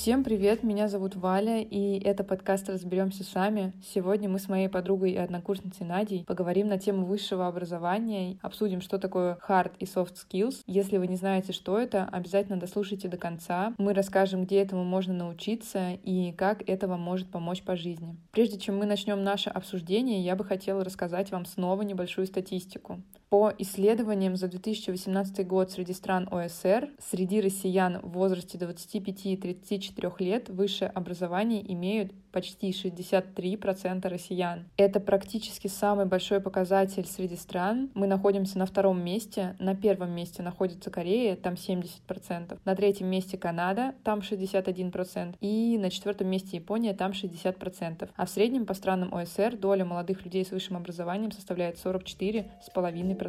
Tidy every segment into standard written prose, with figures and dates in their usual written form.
Всем привет, меня зовут Валя, и это подкаст «Разберемся сами». Сегодня мы с моей подругой и однокурсницей Надей поговорим на тему высшего образования, обсудим, что такое hard и soft skills. Если вы не знаете, что это, обязательно дослушайте до конца. Мы расскажем, где этому можно научиться и как это вам может помочь по жизни. Прежде чем мы начнем наше обсуждение, я бы хотела рассказать вам снова небольшую статистику. По исследованиям за 2018 год среди стран ОСР, среди россиян в возрасте 25-34 лет высшее образование имеют почти 63% россиян. Это практически самый большой показатель среди стран. Мы находимся на втором месте. На первом месте находится Корея, там 70%. На третьем месте Канада, там 61%. И на четвертом месте Япония, там 60%. А в среднем по странам ОСР доля молодых людей с высшим образованием составляет 44,5%.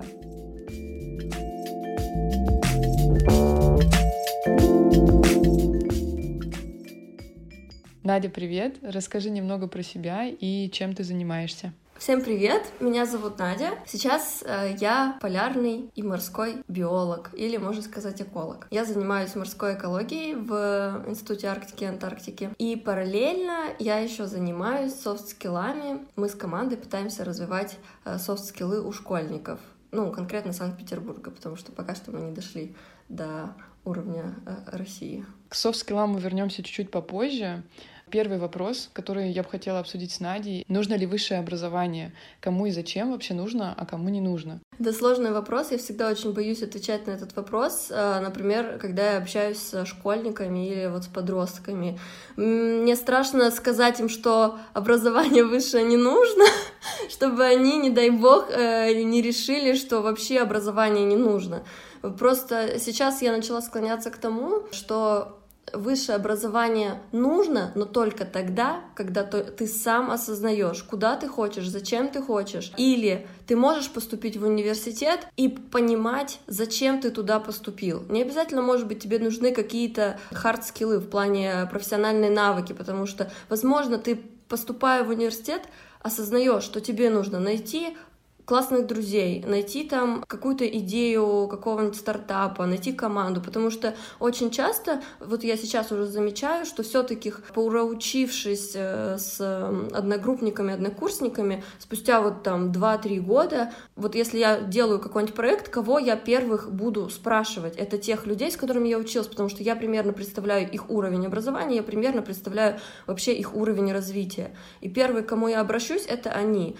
Надя, привет! Расскажи немного про себя и чем ты занимаешься. Всем привет! Меня зовут Надя. Сейчас я полярный и морской биолог, или, можно сказать, эколог. Я занимаюсь морской экологией в Институте Арктики и Антарктики. И параллельно я еще занимаюсь софт-скиллами. Мы с командой пытаемся развивать софт-скиллы у школьников. Конкретно Санкт-Петербурга, потому что пока что мы не дошли до уровня России. К софт-скиллам мы вернемся чуть-чуть попозже. Первый вопрос, который я бы хотела обсудить с Надей. Нужно ли высшее образование? Кому и зачем вообще нужно, а кому не нужно? Это сложный вопрос, я всегда очень боюсь отвечать на этот вопрос. Например, когда я общаюсь с школьниками или с подростками. Мне страшно сказать им, что образование высшее не нужно, чтобы они, не дай бог, не решили, что вообще образование не нужно. Просто сейчас я начала склоняться к тому, что высшее образование нужно, но только тогда, когда ты сам осознаешь, куда ты хочешь, зачем ты хочешь. Или ты можешь поступить в университет и понимать, зачем ты туда поступил. Не обязательно, может быть, тебе нужны какие-то хард-скиллы в плане профессиональной навыки, потому что, возможно, ты, поступая в университет, осознаешь, что тебе нужно найти классных друзей, найти там какую-то идею какого-нибудь стартапа, найти команду, потому что очень часто, я сейчас уже замечаю, что все-таки поучившись с одногруппниками, однокурсниками, спустя 2-3 года, если я делаю какой-нибудь проект, кого я первых буду спрашивать? Это тех людей, с которыми я училась, потому что я примерно представляю их уровень образования, я примерно представляю вообще их уровень развития. И первый, к кому я обращусь, это они.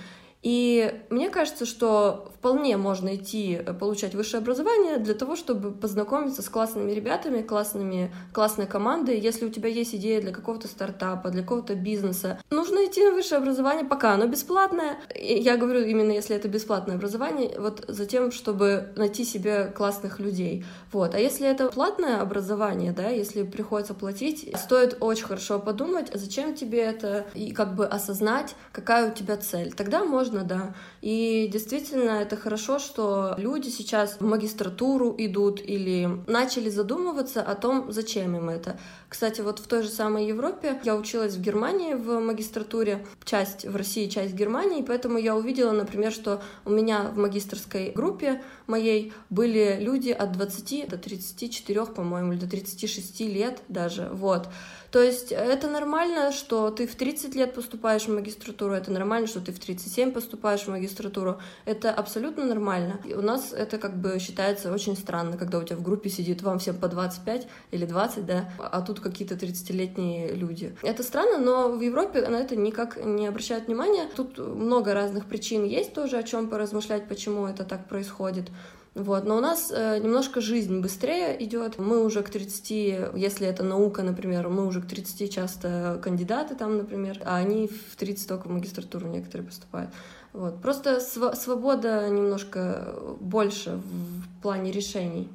И мне кажется, что вполне можно идти получать высшее образование для того, чтобы познакомиться с классными ребятами, классной командой. Если у тебя есть идея для какого-то стартапа, для какого-то бизнеса, нужно идти на высшее образование, пока оно бесплатное. Я говорю именно, если это бесплатное образование, затем, чтобы найти себе классных людей. А если это платное образование, если приходится платить, стоит очень хорошо подумать, зачем тебе это, и осознать, какая у тебя цель. Тогда можно, да. И действительно, это хорошо, что люди сейчас в магистратуру идут или начали задумываться о том, зачем им это. Кстати, в той же самой Европе я училась в Германии в магистратуре, часть в России, часть в Германии, поэтому я увидела, например, что у меня в магистерской группе моей были люди от 20 до 34, по-моему, или до 36 лет даже, То есть это нормально, что ты в 30 лет поступаешь в магистратуру, это нормально, что ты в 37 поступаешь в магистратуру, это абсолютно нормально. И у нас это считается очень странно, когда у тебя в группе сидит вам всем по 25 или 20, да, а тут какие-то 30-летние люди. Это странно, но в Европе на это никак не обращают внимания. Тут много разных причин есть тоже, о чем поразмышлять, почему это так происходит. Но у нас немножко жизнь быстрее идет. Мы уже к 30, если это наука, например, мы уже к 30 часто кандидаты там, например, а они в 30 только в магистратуру некоторые поступают. Просто свобода немножко больше в плане решений.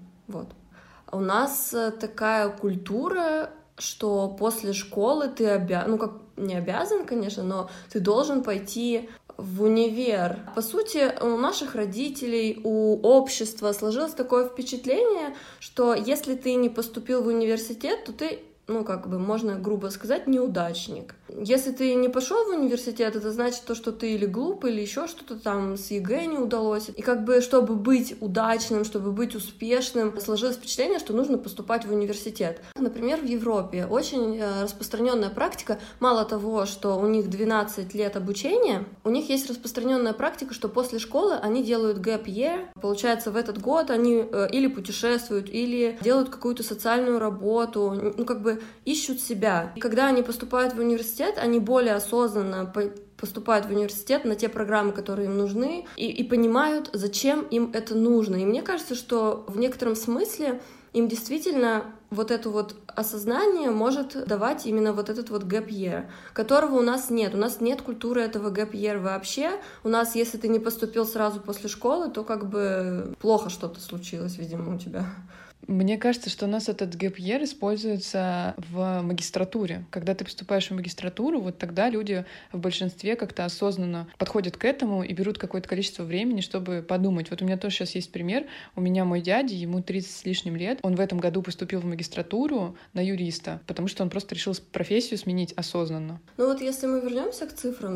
У нас такая культура, что после школы ты не обязан, конечно, но ты должен пойти в универ. По сути, у наших родителей, у общества сложилось такое впечатление, что если ты не поступил в университет, то ты можно грубо сказать, неудачник. Если ты не пошел в университет, это значит то, что ты или глуп, или еще что-то там с ЕГЭ не удалось. И чтобы быть удачным, чтобы быть успешным, сложилось впечатление, что нужно поступать в университет. Например, в Европе очень распространенная практика, мало того, что у них 12 лет обучения, у них есть распространенная практика, что после школы они делают gap year. Получается, в этот год они или путешествуют, или делают какую-то социальную работу, ищут себя. И когда они поступают в университет, они более осознанно поступают в университет на те программы, которые им нужны, и понимают, зачем им это нужно. И мне кажется, что в некотором смысле им действительно вот это вот осознание может давать именно вот этот вот gap year, которого у нас нет. У нас нет культуры этого gap year вообще. У нас, если ты не поступил сразу после школы, то плохо что-то случилось, видимо, у тебя. Мне кажется, что у нас этот gap year используется в магистратуре. Когда ты поступаешь в магистратуру, вот тогда люди в большинстве как-то осознанно подходят к этому и берут какое-то количество времени, чтобы подумать. Вот у меня тоже сейчас есть пример. У меня мой дядя, ему 30 с лишним лет. Он в этом году поступил в магистратуру на юриста, потому что он просто решил профессию сменить осознанно. Если мы вернемся к цифрам,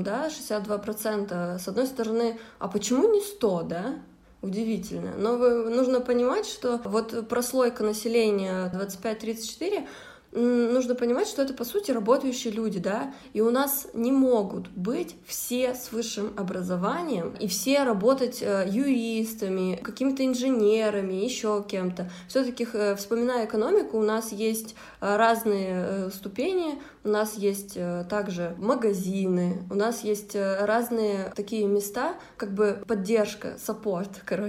62%, с одной стороны, а почему не 100, да? Удивительно. Но нужно понимать, что вот прослойка населения 25-34, нужно понимать, что это, по сути, работающие люди, да, и у нас не могут быть все с высшим образованием и все работать юристами, какими-то инженерами, еще кем-то. Все-таки, вспоминая экономику, у нас есть разные ступени, у нас есть также магазины, у нас есть разные такие места, поддержка, саппорт,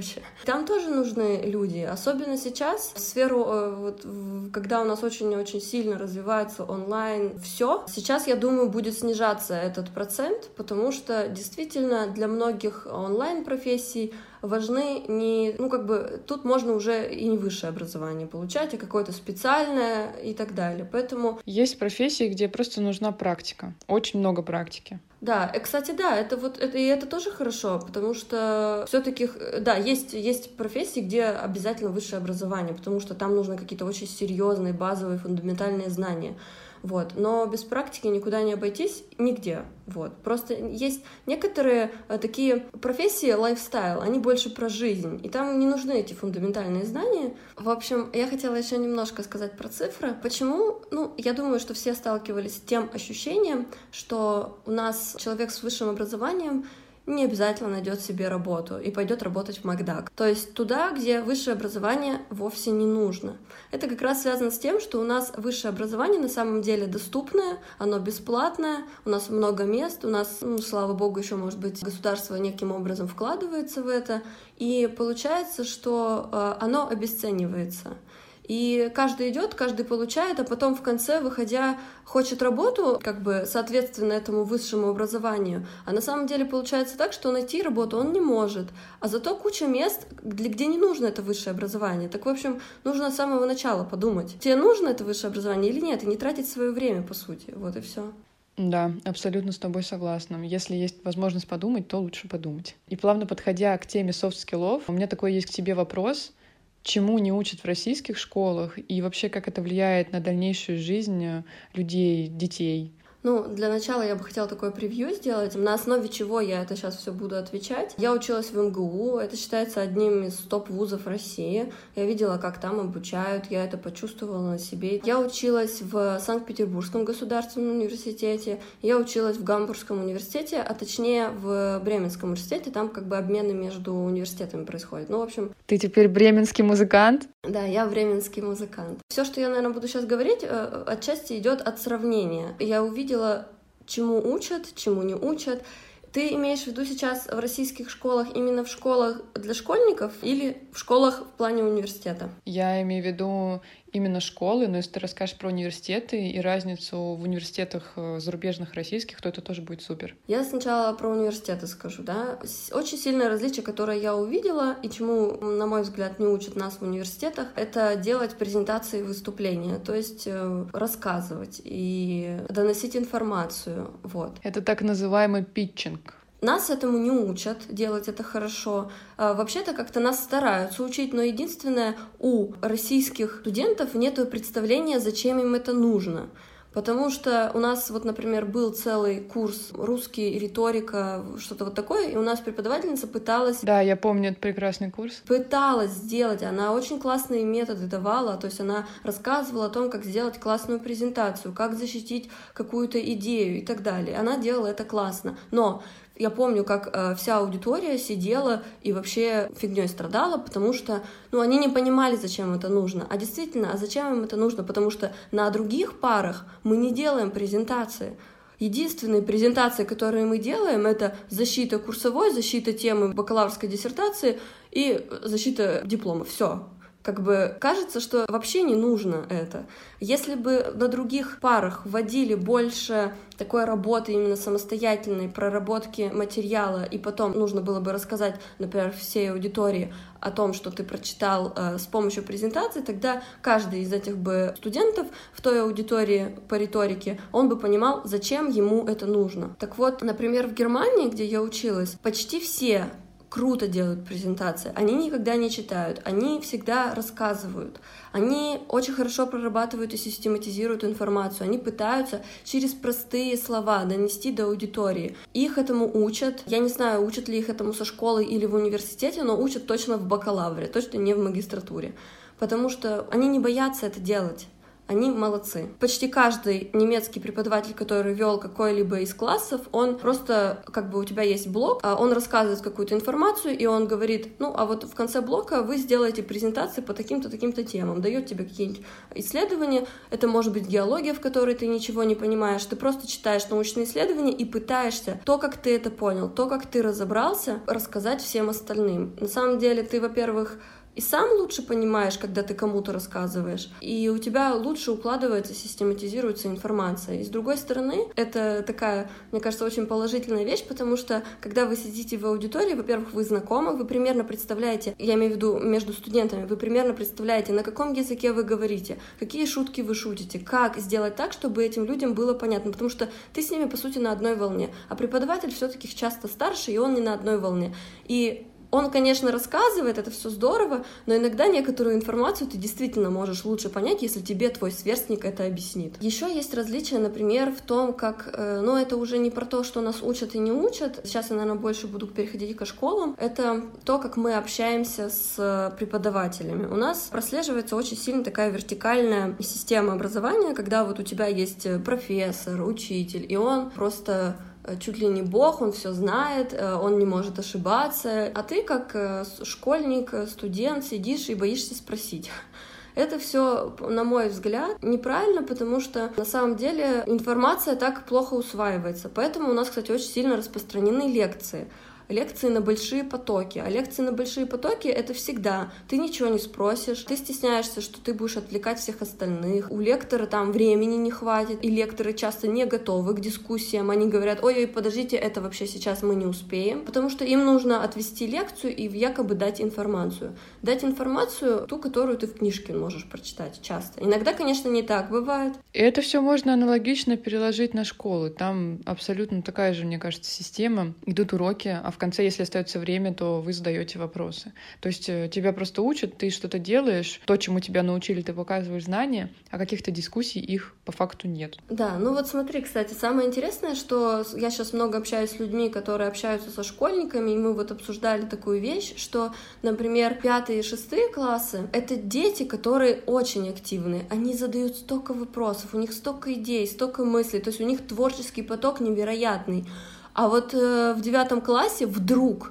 Там тоже нужны люди, особенно сейчас, в сферу, когда у нас очень-очень сильно развивается онлайн, все. Сейчас, я думаю, будет снижаться этот процент, потому что действительно для многих онлайн-профессий важны не... тут можно уже и не высшее образование получать, а какое-то специальное и так далее. Поэтому... Есть профессии, где просто нужна практика. Очень много практики. Да, кстати, да, это тоже хорошо, потому что все-таки, да, есть профессии, где обязательно высшее образование, потому что там нужны какие-то очень серьезные, базовые, фундаментальные знания. Но без практики никуда не обойтись нигде. Просто есть некоторые такие профессии, лайфстайл, они больше про жизнь, и там не нужны эти фундаментальные знания. В общем, я хотела еще немножко сказать про цифры. Почему? Я думаю, что все сталкивались с тем ощущением, что у нас человек с высшим образованием не обязательно найдет себе работу и пойдет работать в Макдак. То есть туда, где высшее образование вовсе не нужно. Это как раз связано с тем, что у нас высшее образование на самом деле доступное, оно бесплатное, у нас много мест, у нас, слава богу, еще, может быть, государство неким образом вкладывается в это, и получается, что оно обесценивается. И каждый идет, каждый получает, а потом в конце, выходя, хочет работу, соответственно этому высшему образованию. А на самом деле получается так, что найти работу он не может. А зато куча мест, где не нужно это высшее образование. Так, в общем, нужно с самого начала подумать, тебе нужно это высшее образование или нет, и не тратить свое время, по сути. Вот и все. Да, абсолютно с тобой согласна. Если есть возможность подумать, то лучше подумать. И плавно подходя к теме софт-скиллов, у меня такой есть к тебе вопрос. Чему не учат в российских школах и вообще как это влияет на дальнейшую жизнь людей, детей? Для начала я бы хотела такое превью сделать, на основе чего я это сейчас все буду отвечать. Я училась в МГУ, это считается одним из топ-вузов России. Я видела, как там обучают, я это почувствовала на себе. Я училась в Санкт-Петербургском государственном университете, я училась в Гамбургском университете, а точнее в Бременском университете, там обмены между университетами происходят. В общем... Ты теперь бременский музыкант? Да, я бременский музыкант. Все, что я, наверное, буду сейчас говорить, отчасти идет от сравнения. Я увидела, чему учат, чему не учат. Ты имеешь в виду сейчас в российских школах именно в школах для школьников или в школах в плане университета? Я имею в виду именно школы, но если ты расскажешь про университеты и разницу в университетах зарубежных, российских, то это тоже будет супер. Я сначала про университеты скажу, да. Очень сильное различие, которое я увидела, и чему, на мой взгляд, не учат нас в университетах, это делать презентации и выступления, то есть рассказывать и доносить информацию, Это так называемый питчинг. Нас этому не учат, делать это хорошо. Вообще-то как-то нас стараются учить, но единственное, у российских студентов нет представления, зачем им это нужно. Потому что у нас, вот, например, был целый курс русский, риторика, что-то вот такое, и у нас преподавательница пыталась... Да, я помню этот прекрасный курс. Пыталась сделать, она очень классные методы давала, то есть она рассказывала о том, как сделать классную презентацию, как защитить какую-то идею и так далее. Она делала это классно, но... Я помню, как вся аудитория сидела и вообще фигней страдала, потому что они не понимали, зачем это нужно. А действительно, зачем им это нужно? Потому что на других парах мы не делаем презентации. Единственные презентации, которые мы делаем, это защита курсовой, защита темы бакалаврской диссертации и защита диплома. Все. Как бы кажется, что вообще не нужно это. Если бы на других парах вводили больше такой работы именно самостоятельной, проработки материала, и потом нужно было бы рассказать, например, всей аудитории о том, что ты прочитал с помощью презентации, тогда каждый из этих бы студентов в той аудитории по риторике, он бы понимал, зачем ему это нужно. Так вот, например, в Германии, где я училась, почти все круто делают презентации, они никогда не читают, они всегда рассказывают, они очень хорошо прорабатывают и систематизируют информацию, они пытаются через простые слова донести до аудитории. Их этому учат, я не знаю, учат ли их этому со школы или в университете, но учат точно в бакалавре, точно не в магистратуре, потому что они не боятся это делать. Они молодцы. Почти каждый немецкий преподаватель, который вел какой-либо из классов, он просто, как бы у тебя есть блок, он рассказывает какую-то информацию, и он говорит, а вот в конце блока вы сделаете презентации по таким-то, таким-то темам, дает тебе какие-нибудь исследования, это может быть геология, в которой ты ничего не понимаешь, ты просто читаешь научные исследования и пытаешься то, как ты это понял, то, как ты разобрался, рассказать всем остальным. На самом деле ты, во-первых, и сам лучше понимаешь, когда ты кому-то рассказываешь, и у тебя лучше укладывается, систематизируется информация. И с другой стороны, это такая, мне кажется, очень положительная вещь, потому что, когда вы сидите в аудитории, во-первых, вы знакомы, вы примерно представляете, я имею в виду между студентами, вы примерно представляете, на каком языке вы говорите, какие шутки вы шутите, как сделать так, чтобы этим людям было понятно, потому что ты с ними, по сути, на одной волне, а преподаватель все-таки часто старше, и он не на одной волне. И он, конечно, рассказывает, это все здорово, но иногда некоторую информацию ты действительно можешь лучше понять, если тебе твой сверстник это объяснит. Еще есть различия, например, в том, как, это уже не про то, что нас учат и не учат, сейчас я, наверное, больше буду переходить ко школам, это то, как мы общаемся с преподавателями. У нас прослеживается очень сильно такая вертикальная система образования, когда вот у тебя есть профессор, учитель, и он просто... чуть ли не бог, он все знает, он не может ошибаться, а ты как школьник, студент сидишь и боишься спросить. Это все, на мой взгляд, неправильно, потому что на самом деле информация так плохо усваивается. Поэтому у нас, кстати, очень сильно распространены лекции. Лекции на большие потоки. А лекции на большие потоки — это всегда. Ты ничего не спросишь, ты стесняешься, что ты будешь отвлекать всех остальных. У лектора там времени не хватит, и лекторы часто не готовы к дискуссиям. Они говорят: ой, подождите, это вообще сейчас мы не успеем. Потому что им нужно отвести лекцию и якобы дать информацию. Дать информацию, ту, которую ты в книжке можешь прочитать часто. Иногда, конечно, не так бывает. И это все можно аналогично переложить на школу. Там абсолютно такая же, мне кажется, система. Идут уроки, а в конце, если остается время, то вы задаете вопросы. То есть тебя просто учат, ты что-то делаешь, то, чему тебя научили, ты показываешь знания, а каких-то дискуссий их по факту нет. Да, вот смотри, кстати, самое интересное, что я сейчас много общаюсь с людьми, которые общаются со школьниками, и мы вот обсуждали такую вещь, что, например, 5 и 6 классы — это дети, которые очень активны, они задают столько вопросов, у них столько идей, столько мыслей, то есть у них творческий поток невероятный. А вот в 9 классе вдруг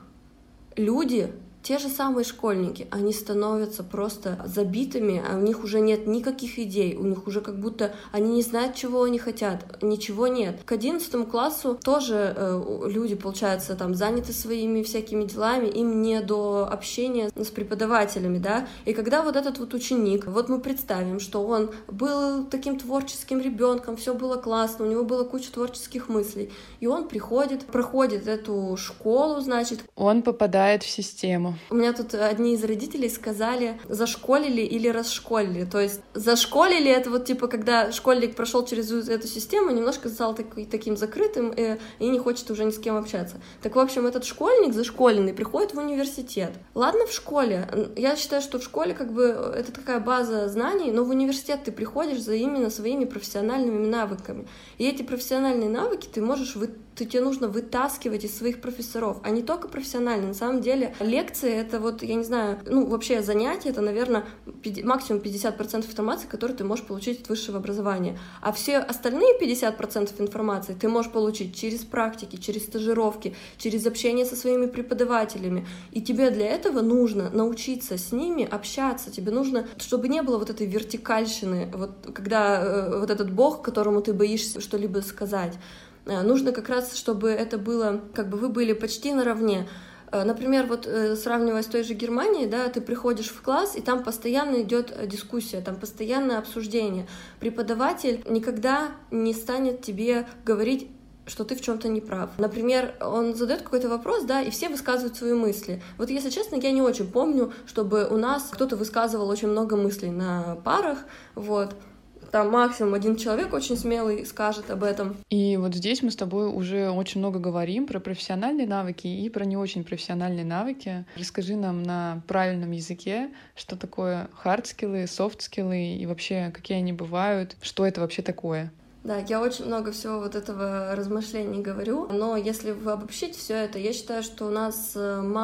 люди, те же самые школьники, они становятся просто забитыми, а у них уже нет никаких идей, у них уже как будто они не знают, чего они хотят, ничего нет. К 11 классу тоже люди, получается, там заняты своими всякими делами, им не до общения с преподавателями, да, и когда вот этот вот ученик, вот мы представим, что он был таким творческим ребенком, все было классно, у него была куча творческих мыслей, и он проходит эту школу, значит. Он попадает в систему. Хорошо. У меня тут одни из родителей сказали, зашколили или расшколили. То есть зашколили — это вот типа, когда школьник прошел через эту систему, немножко стал таким закрытым и не хочет уже ни с кем общаться. Так, в общем, этот школьник зашколенный приходит в университет. Ладно, в школе. Я считаю, что в школе как бы это такая база знаний, но в университет ты приходишь за именно своими профессиональными навыками. И эти профессиональные навыки тебе нужно вытаскивать из своих профессоров, а не только профессиональные. На самом деле лекции — это вот, я не знаю, вообще занятия — это, наверное, максимум 50% информации, которую ты можешь получить от высшего образования. А все остальные 50% информации ты можешь получить через практики, через стажировки, через общение со своими преподавателями. И тебе для этого нужно научиться с ними общаться. Тебе нужно, чтобы не было вот этой вертикальщины, вот когда вот этот бог, которому ты боишься что-либо сказать. Нужно как раз, чтобы это было, как бы вы были почти наравне. Например, вот сравнивая с той же Германией, да, ты приходишь в класс, и там постоянно идет дискуссия, там постоянное обсуждение. Преподаватель никогда не станет тебе говорить, что ты в чем-то не прав. Например, он задает какой-то вопрос, да, и все высказывают свои мысли. Вот, если честно, я не очень помню, чтобы у нас кто-то высказывал очень много мыслей на парах, вот. Там максимум один человек очень смелый скажет об этом. И вот здесь мы с тобой уже очень много говорим про профессиональные навыки и про не очень профессиональные навыки. Расскажи нам на правильном языке, что такое хардскиллы, софтскиллы и вообще какие они бывают, что это вообще такое. Да, я очень много всего вот этого размышлений говорю, но если обобщить все это, я считаю, что у нас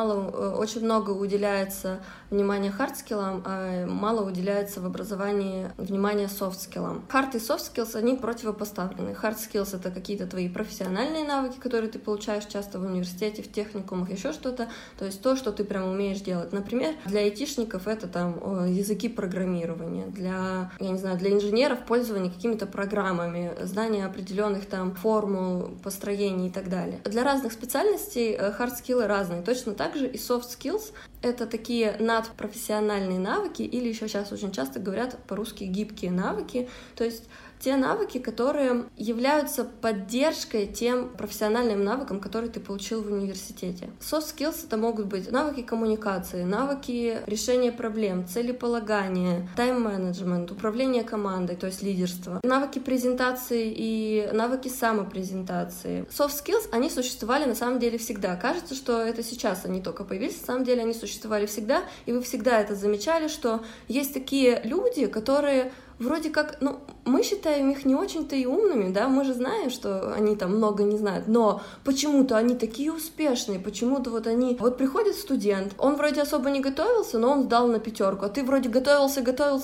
очень много уделяется внимания хардскиллам, а мало уделяется в образовании внимания софтскиллам. Хард и софтскиллс, они противопоставлены. Хардскиллс — это какие-то твои профессиональные навыки, которые ты получаешь часто в университете, в техникумах, еще что-то, то есть то, что ты прям умеешь делать. Например, для айтишников это там языки программирования, для инженеров пользование какими-то программами, знание определенных там формул, построений и так далее. Для разных специальностей хардскиллы разные. Точно так же и soft skills — это такие надпрофессиональные навыки, или еще сейчас очень часто говорят по-русски гибкие навыки, то есть те навыки, которые являются поддержкой тем профессиональным навыкам, которые ты получил в университете. Soft skills — это могут быть навыки коммуникации, навыки решения проблем, целеполагания, тайм-менеджмент, управление командой, то есть лидерство, навыки презентации и навыки самопрезентации. Soft skills, они существовали на самом деле всегда. Кажется, что это сейчас они только появились, на самом деле они существовали всегда, и вы всегда это замечали, что есть такие люди, которые вроде как, мы считаем их не очень-то и умными, да, мы же знаем, что они там много не знают, но почему-то они такие успешные, почему-то вот приходит студент, он вроде особо не готовился, но он сдал на 5, а ты вроде готовился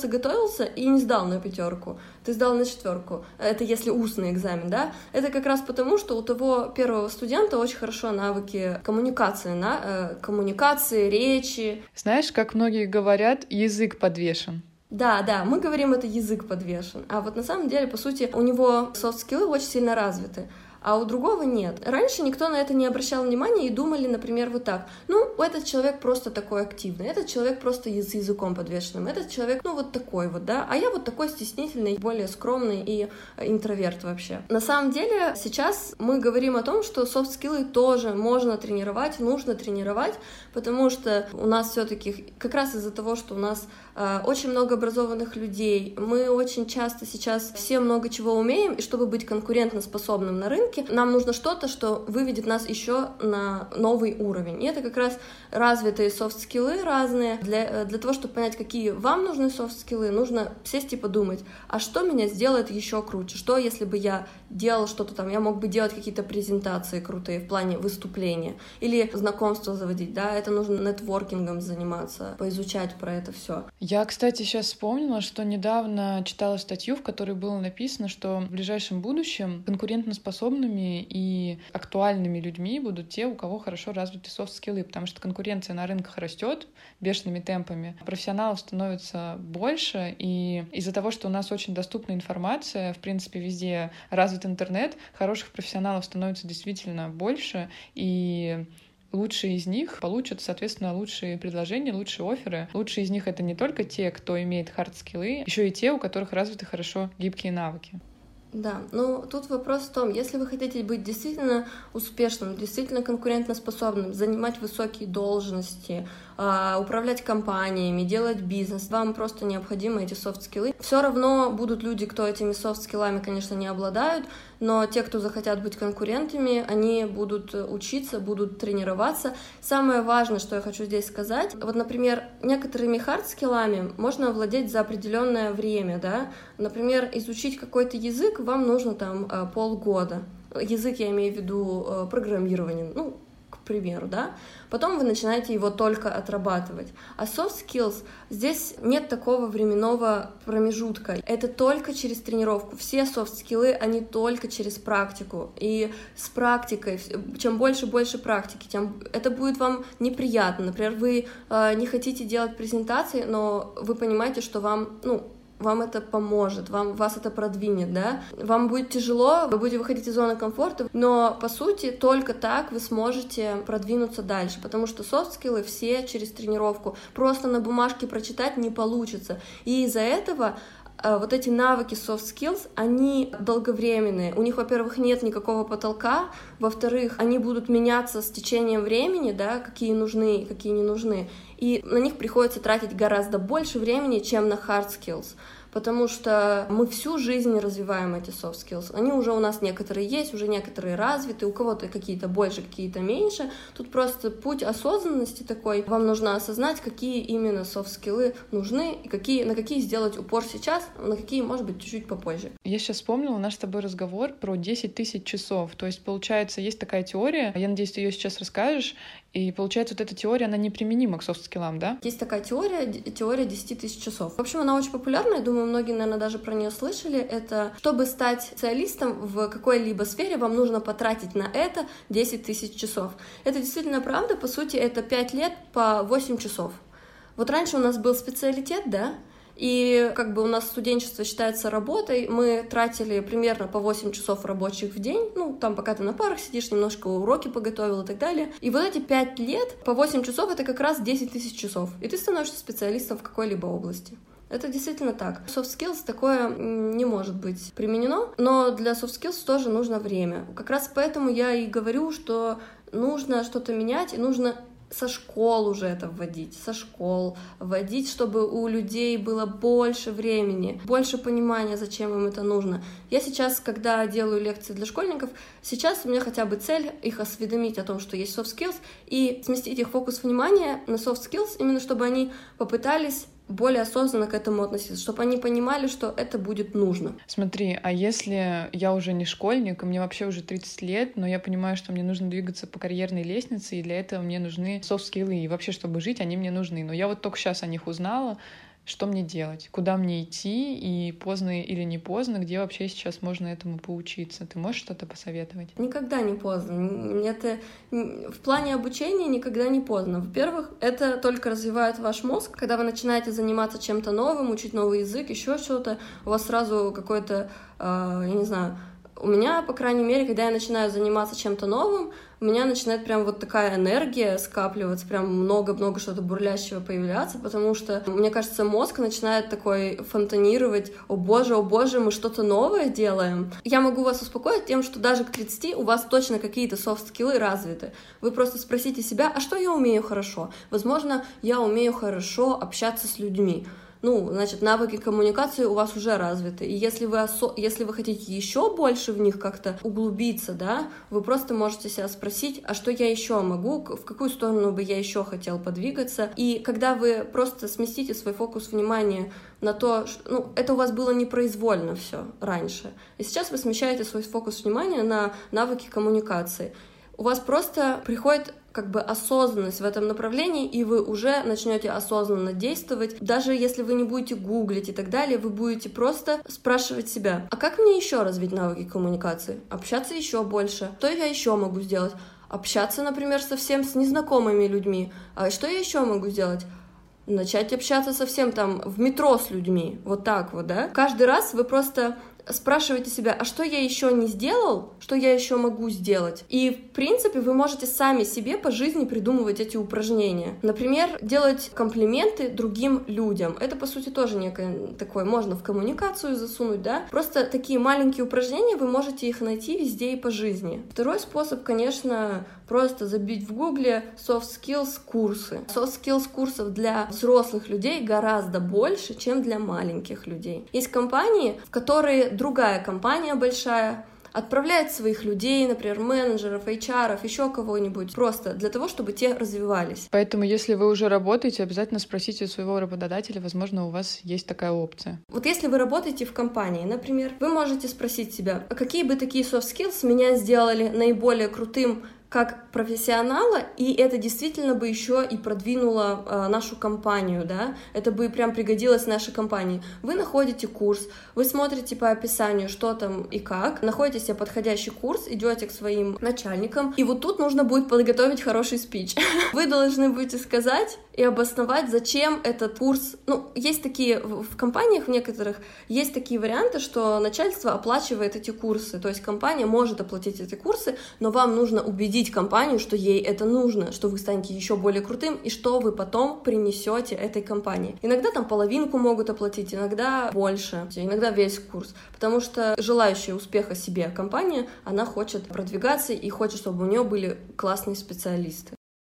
и не сдал на 5, ты сдал на 4, это если устный экзамен, да, это как раз потому, что у того первого студента очень хорошо навыки коммуникации, речи. Знаешь, как многие говорят, язык подвешен. Да, мы говорим, это язык подвешен. А вот на самом деле, по сути, у него софт-скиллы очень сильно развиты, а у другого нет. Раньше никто на это не обращал внимания и думали, например, вот так. Этот человек просто такой активный, этот человек просто с языком подвешенным, этот человек, вот такой вот, да, а я вот такой стеснительный, более скромный и интроверт вообще. На самом деле, сейчас мы говорим о том, что софт-скиллы тоже можно тренировать, нужно тренировать, потому что у нас все-таки, как раз из-за того, что у нас очень много образованных людей, мы очень часто сейчас все много чего умеем, и чтобы быть конкурентоспособным на рынке, нам нужно что-то, что выведет нас еще на новый уровень. И это как раз развитые софт-скиллы разные. Для того, чтобы понять, какие вам нужны софт-скиллы, нужно сесть и подумать, а что меня сделает еще круче? Что, если бы я делал что-то там, я мог бы делать какие-то презентации крутые в плане выступления, или знакомства заводить, да, это нужно нетворкингом заниматься, поизучать про это все. Я, кстати, сейчас вспомнила, что недавно читала статью, в которой было написано, что в ближайшем будущем конкурентоспособными и актуальными людьми будут те, у кого хорошо развиты софт-скиллы, потому что конкуренция на рынках растет бешеными темпами, профессионалов становится больше, и из-за того, что у нас очень доступна информация, в принципе, везде развит интернет, хороших профессионалов становится действительно больше, и лучшие из них получат, соответственно, лучшие предложения, лучшие офферы. Лучшие из них — это не только те, кто имеет хард-скиллы, еще и те, у которых развиты хорошо гибкие навыки. Да, ну тут вопрос в том, если вы хотите быть действительно успешным, действительно конкурентоспособным, занимать высокие должности, управлять компаниями, делать бизнес, вам просто необходимы эти софт-скиллы. Все равно будут люди, кто этими софт-скиллами, конечно, не обладают, но те, кто захотят быть конкурентами, они будут учиться, будут тренироваться. Самое важное, что я хочу здесь сказать, вот, например, некоторыми хард-скиллами можно овладеть за определенное время, да, например, изучить какой-то язык вам нужно там полгода. Язык я имею в виду программирование, ну, к примеру, да, потом вы начинаете его только отрабатывать. А soft skills, здесь нет такого временного промежутка. Это только через тренировку. Все soft skills, они только через практику. И с практикой, чем больше практики, тем это будет вам неприятно. Например, вы не хотите делать презентации, но вы понимаете, что вам это поможет, вас это продвинет, да? Вам будет тяжело, вы будете выходить из зоны комфорта, но, по сути, только так вы сможете продвинуться дальше, потому что софт-скиллы все через тренировку. Просто на бумажке прочитать не получится. И из-за этого вот эти навыки soft skills, они долговременные. У них, во-первых, нет никакого потолка, во-вторых, они будут меняться с течением времени, да, какие нужны, какие не нужны, и на них приходится тратить гораздо больше времени, чем на hard skills. Потому что мы всю жизнь развиваем эти soft skills. Они уже у нас некоторые есть, уже некоторые развиты, у кого-то какие-то больше, какие-то меньше. Тут просто путь осознанности такой. Вам нужно осознать, какие именно soft skills нужны, и на какие сделать упор сейчас, на какие, может быть, чуть-чуть попозже. Я сейчас вспомнила наш с тобой разговор про 10 тысяч часов. То есть, получается, есть такая теория, я надеюсь, ты ее сейчас расскажешь, и получается, вот эта теория, она неприменима к софт-скиллам, да? Есть такая теория 10 тысяч часов. В общем, она очень популярна, я думаю, многие, наверное, даже про нее слышали. Это, чтобы стать специалистом в какой-либо сфере, вам нужно потратить на это 10 тысяч часов. Это действительно правда, по сути, это 5 лет по 8 часов. Вот раньше у нас был специалитет, да, и как бы у нас студенчество считается работой, мы тратили примерно по 8 часов рабочих в день, ну, там пока ты на парах сидишь, немножко уроки поготовил и так далее. И вот эти 5 лет по 8 часов — это как раз 10 тысяч часов, и ты становишься специалистом в какой-либо области. Это действительно так. Soft skills такое не может быть применено, но для soft skills тоже нужно время. Как раз поэтому я и говорю, что нужно что-то менять, и нужно со школ уже это вводить, чтобы у людей было больше времени, больше понимания, зачем им это нужно. Я сейчас, когда делаю лекции для школьников, сейчас у меня хотя бы цель их осведомить о том, что есть soft skills, и сместить их фокус внимания на soft skills, именно чтобы они попытались более осознанно к этому относиться, чтобы они понимали, что это будет нужно. Смотри, а если я уже не школьник, и мне вообще уже 30 лет, но я понимаю, что мне нужно двигаться по карьерной лестнице, и для этого мне нужны софт-скиллы, и вообще, чтобы жить, они мне нужны. Но я вот только сейчас о них узнала. Что мне делать? Куда мне идти? И поздно или не поздно? Где вообще сейчас можно этому поучиться? Ты можешь что-то посоветовать? Никогда не поздно. Это в плане обучения никогда не поздно. Во-первых, это только развивает ваш мозг. Когда вы начинаете заниматься чем-то новым, учить новый язык, еще что-то, у вас сразу какой-то, я не знаю, у меня, по крайней мере, когда я начинаю заниматься чем-то новым, у меня начинает прям вот такая энергия скапливаться, прям много-много что-то бурлящего появляться, потому что, мне кажется, мозг начинает такой фонтанировать: о боже, мы что-то новое делаем. Я могу вас успокоить тем, что даже к 30 у вас точно какие-то софт-скиллы развиты. Вы просто спросите себя: а что я умею хорошо? Возможно, я умею хорошо общаться с людьми. Ну, значит, навыки коммуникации у вас уже развиты. И если вы хотите еще больше в них как-то углубиться, да, вы просто можете себя спросить: а что я еще могу, в какую сторону бы я еще хотел подвигаться. И когда вы просто сместите свой фокус внимания на то, это у вас было непроизвольно все раньше, и сейчас вы смещаете свой фокус внимания на навыки коммуникации, у вас просто приходит как бы осознанность в этом направлении, и вы уже начнете осознанно действовать. Даже если вы не будете гуглить и так далее, вы будете просто спрашивать себя: а как мне еще развить навыки коммуникации? Общаться еще больше. Что я еще могу сделать? Общаться, например, совсем с незнакомыми людьми. А что я еще могу сделать? Начать общаться совсем там в метро с людьми. Вот так вот, да? Каждый раз вы просто спрашивайте себя, а что я еще не сделал, что я еще могу сделать? И, в принципе, вы можете сами себе по жизни придумывать эти упражнения. Например, делать комплименты другим людям. Это, по сути, тоже некое такое, можно в коммуникацию засунуть, да? Просто такие маленькие упражнения, вы можете их найти везде и по жизни. Второй способ, конечно, просто забить в гугле soft skills курсы. Soft skills курсов для взрослых людей гораздо больше, чем для маленьких людей. Есть компании, в которые другая компания большая отправляет своих людей, например, менеджеров, HR, еще кого-нибудь, просто для того, чтобы те развивались. Поэтому, если вы уже работаете, обязательно спросите у своего работодателя, возможно, у вас есть такая опция. Вот если вы работаете в компании, например, вы можете спросить себя, а какие бы такие soft skills меня сделали наиболее крутым как профессионала, и это действительно бы еще и продвинуло нашу компанию, да, это бы прям пригодилось нашей компании. Вы находите курс, вы смотрите по описанию, что там и как, находите себе подходящий курс, идете к своим начальникам, и вот тут нужно будет подготовить хороший спич. Вы должны будете сказать и обосновать, зачем этот курс. Ну, есть такие, в компаниях в некоторых, есть такие варианты, что начальство оплачивает эти курсы, то есть компания может оплатить эти курсы, но вам нужно убедить компанию, что ей это нужно, что вы станете еще более крутым и что вы потом принесете этой компании. Иногда там половинку могут оплатить, иногда больше, иногда весь курс, потому что желающая успеха себе компания, она хочет продвигаться и хочет, чтобы у нее были классные специалисты.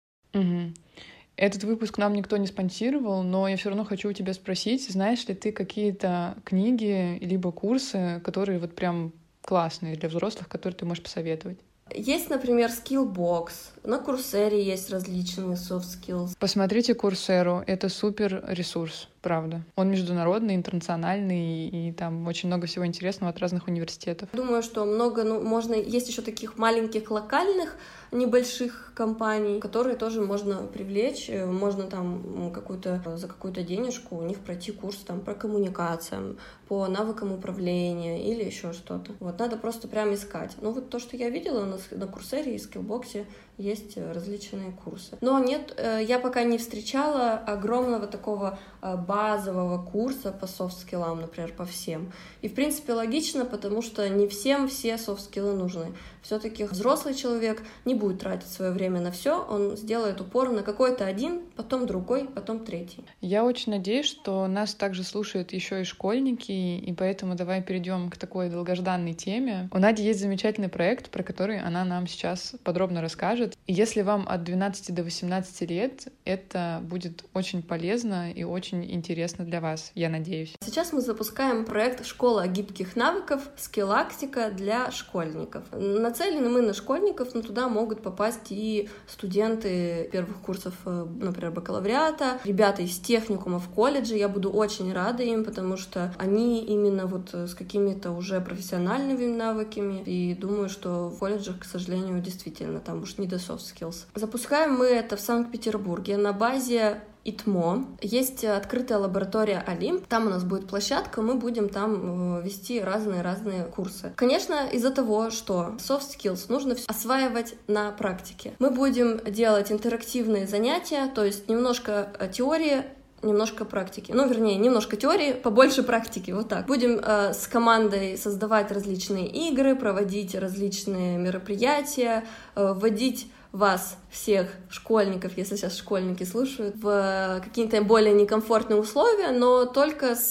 Угу. Этот выпуск нам никто не спонсировал, но я все равно хочу у тебя спросить, знаешь ли ты какие-то книги либо курсы, которые вот прям классные для взрослых, которые ты можешь посоветовать? Есть, например, Skillbox, на Курсере есть различные soft skills. Посмотрите Курсеру, это супер ресурс, правда. Он международный, интернациональный, и там очень много всего интересного от разных университетов. Думаю, что много, можно, есть еще таких маленьких локальных небольших компаний, которые тоже можно привлечь, можно там за какую-то денежку у них пройти курс там по коммуникациям, по навыкам управления или еще что-то. Вот надо просто прям искать. Ну вот то, что я видела на Курсере и Skillbox, есть различные курсы. Но нет, я пока не встречала огромного такого базового курса по софт-скиллам, например, по всем. И, в принципе, логично, потому что не всем все софт-скиллы нужны. Все-таки взрослый человек не будет тратить свое время на все, он сделает упор на какой-то один, потом другой, потом третий. Я очень надеюсь, что нас также слушают еще и школьники, и поэтому давай перейдем к такой долгожданной теме. У Нади есть замечательный проект, про который она нам сейчас подробно расскажет. И если вам от 12 до 18 лет, это будет очень полезно и очень интересно для вас, я надеюсь. Сейчас мы запускаем проект «Школа гибких навыков. Скиллактика для школьников». Нацелены мы на школьников, но туда могут попасть и студенты первых курсов, например, бакалавриата, ребята из техникумов, колледжей. Я буду очень рада им, потому что они именно вот с какими-то уже профессиональными навыками. И думаю, что в колледжах, к сожалению, действительно, там уж не до soft skills. Запускаем мы это в Санкт-Петербурге на базе ИТМО. Есть открытая лаборатория Олимп. Там у нас будет площадка, мы будем там вести разные курсы. Конечно, из-за того, что soft skills нужно осваивать на практике. Мы будем делать интерактивные занятия, то есть немножко теории, немножко практики. Ну, вернее, немножко теории, побольше практики, вот так. Будем с командой создавать различные игры, проводить различные мероприятия, вводить вас, всех школьников, если сейчас школьники слушают, в какие-то более некомфортные условия, но только с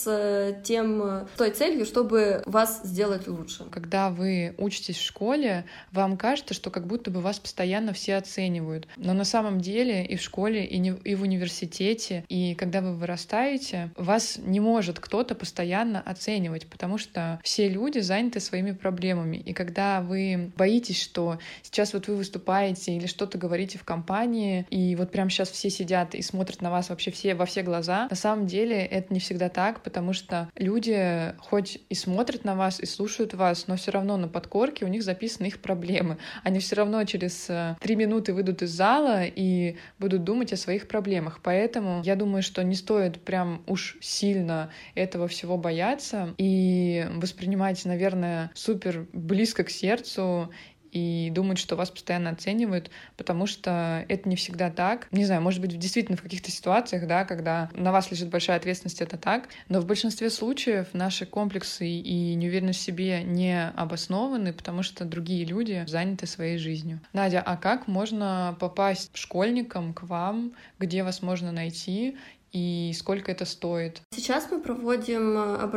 той целью, чтобы вас сделать лучше. Когда вы учитесь в школе, вам кажется, что как будто бы вас постоянно все оценивают. Но на самом деле и в школе, и в университете, и когда вы вырастаете, вас не может кто-то постоянно оценивать, потому что все люди заняты своими проблемами. И когда вы боитесь, что сейчас вот вы выступаете или что-то говорите в компании, и вот прямо сейчас все сидят и смотрят на вас вообще все во все глаза. На самом деле это не всегда так, потому что люди хоть и смотрят на вас, и слушают вас, но все равно на подкорке у них записаны их проблемы. Они все равно через 3 минуты выйдут из зала и будут думать о своих проблемах. Поэтому я думаю, что не стоит прям уж сильно этого всего бояться и воспринимать, наверное, супер близко к сердцу и думают, что вас постоянно оценивают, потому что это не всегда так. Не знаю, может быть, действительно в каких-то ситуациях, да, когда на вас лежит большая ответственность, это так, но в большинстве случаев наши комплексы и неуверенность в себе не обоснованы, потому что другие люди заняты своей жизнью. Надя, а как можно попасть школьникам к вам, где вас можно найти, и сколько это стоит? Сейчас мы проводим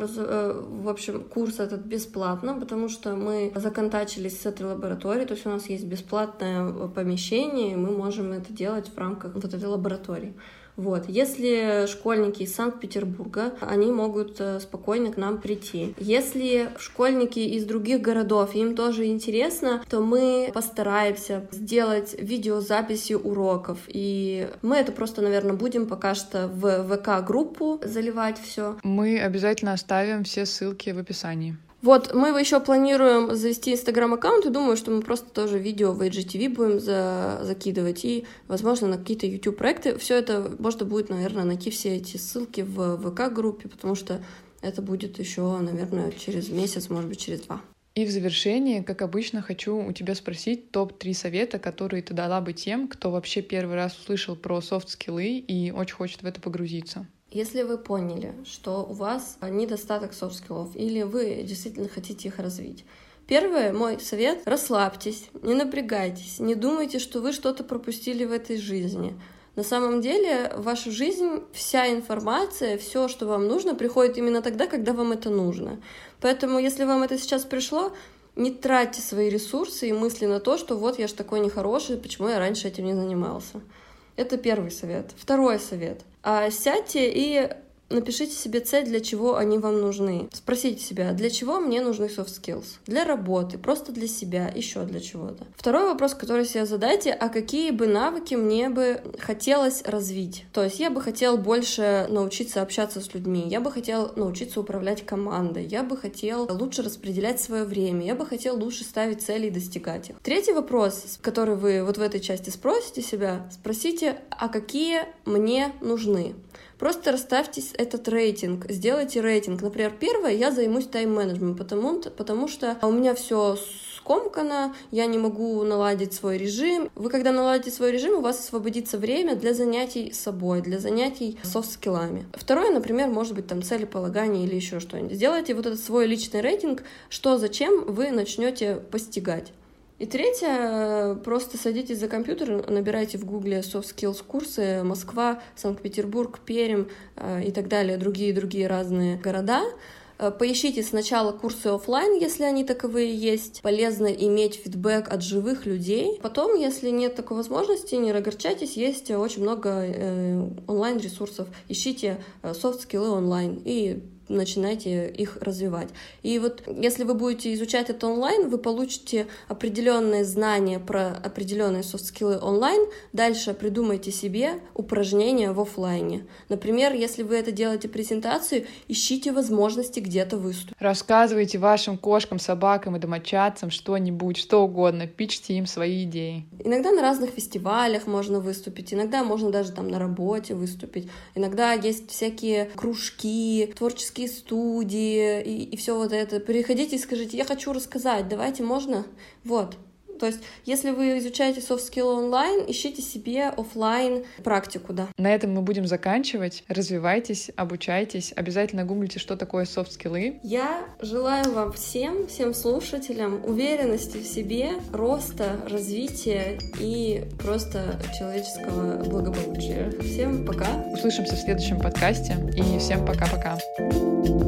в общем, курс этот бесплатно, потому что мы законтачились с этой лабораторией, то есть у нас есть бесплатное помещение, и мы можем это делать в рамках вот этой лаборатории. Вот. Если школьники из Санкт-Петербурга, они могут спокойно к нам прийти. Если школьники из других городов, им тоже интересно, то мы постараемся сделать видеозаписи уроков. И мы это просто, наверное, будем пока что в ВК-группу заливать все. Мы обязательно оставим все ссылки в описании. Вот, мы еще планируем завести Инстаграм-аккаунт, и думаю, что мы просто тоже видео в IGTV будем закидывать, и, возможно, на какие-то YouTube-проекты. Все это можно будет, наверное, найти все эти ссылки в ВК-группе, потому что это будет еще, наверное, через месяц, может быть, через 2. И в завершении, как обычно, хочу у тебя спросить топ-3 совета, которые ты дала бы тем, кто вообще первый раз услышал про софт-скиллы и очень хочет в это погрузиться. Если вы поняли, что у вас недостаток софт-скиллов, или вы действительно хотите их развить, первый мой совет — расслабьтесь, не напрягайтесь, не думайте, что вы что-то пропустили в этой жизни. На самом деле, в вашу жизнь вся информация, все, что вам нужно, приходит именно тогда, когда вам это нужно. Поэтому, если вам это сейчас пришло, не тратьте свои ресурсы и мысли на то, что вот я ж такой нехороший, почему я раньше этим не занимался. Это первый совет. Второй совет. Сядьте и напишите себе цель, для чего они вам нужны. Спросите себя, для чего мне нужны soft skills? Для работы, просто для себя, еще для чего-то. Второй вопрос, который себе задайте, а какие бы навыки мне бы хотелось развить? То есть я бы хотел больше научиться общаться с людьми, я бы хотел научиться управлять командой, я бы хотел лучше распределять свое время, я бы хотел лучше ставить цели и достигать их. Третий вопрос, который вы вот в этой части спросите себя, спросите, а какие мне нужны? Просто расставьте этот рейтинг, сделайте рейтинг. Например, первое, я займусь тайм-менеджментом, потому что у меня все скомкано, я не могу наладить свой режим. Вы, когда наладите свой режим, у вас освободится время для занятий собой, для занятий софт-скиллами. Второе, например, может быть там целеполагание или еще что-нибудь. Сделайте вот этот свой личный рейтинг, что, зачем вы начнете постигать. И третье, просто садитесь за компьютер, набирайте в Гугле soft skills курсы Москва, Санкт-Петербург, Пермь и так далее, другие разные города. Поищите сначала курсы офлайн, если они таковые есть. Полезно иметь фидбэк от живых людей. Потом, если нет такой возможности, не огорчайтесь, есть очень много онлайн-ресурсов. Ищите софт-скиллы онлайн и начинайте их развивать. И вот если вы будете изучать это онлайн, вы получите определенные знания про определенные софт-скиллы онлайн, дальше придумайте себе упражнения в офлайне. Например, если вы это делаете презентацию, ищите возможности где-то выступить. Рассказывайте вашим кошкам, собакам и домочадцам что-нибудь, что угодно, питчьте им свои идеи. Иногда на разных фестивалях можно выступить, иногда можно даже там на работе выступить, иногда есть всякие кружки, творческие студии и все вот это. Приходите и скажите, я хочу рассказать, давайте, можно? Вот. То есть, если вы изучаете софт-скиллы онлайн, ищите себе офлайн практику, да. На этом мы будем заканчивать. Развивайтесь, обучайтесь. Обязательно гуглите, что такое софт-скиллы. Я желаю вам всем слушателям уверенности в себе, роста, развития и просто человеческого благополучия. Всем пока. Услышимся в следующем подкасте. И всем пока-пока.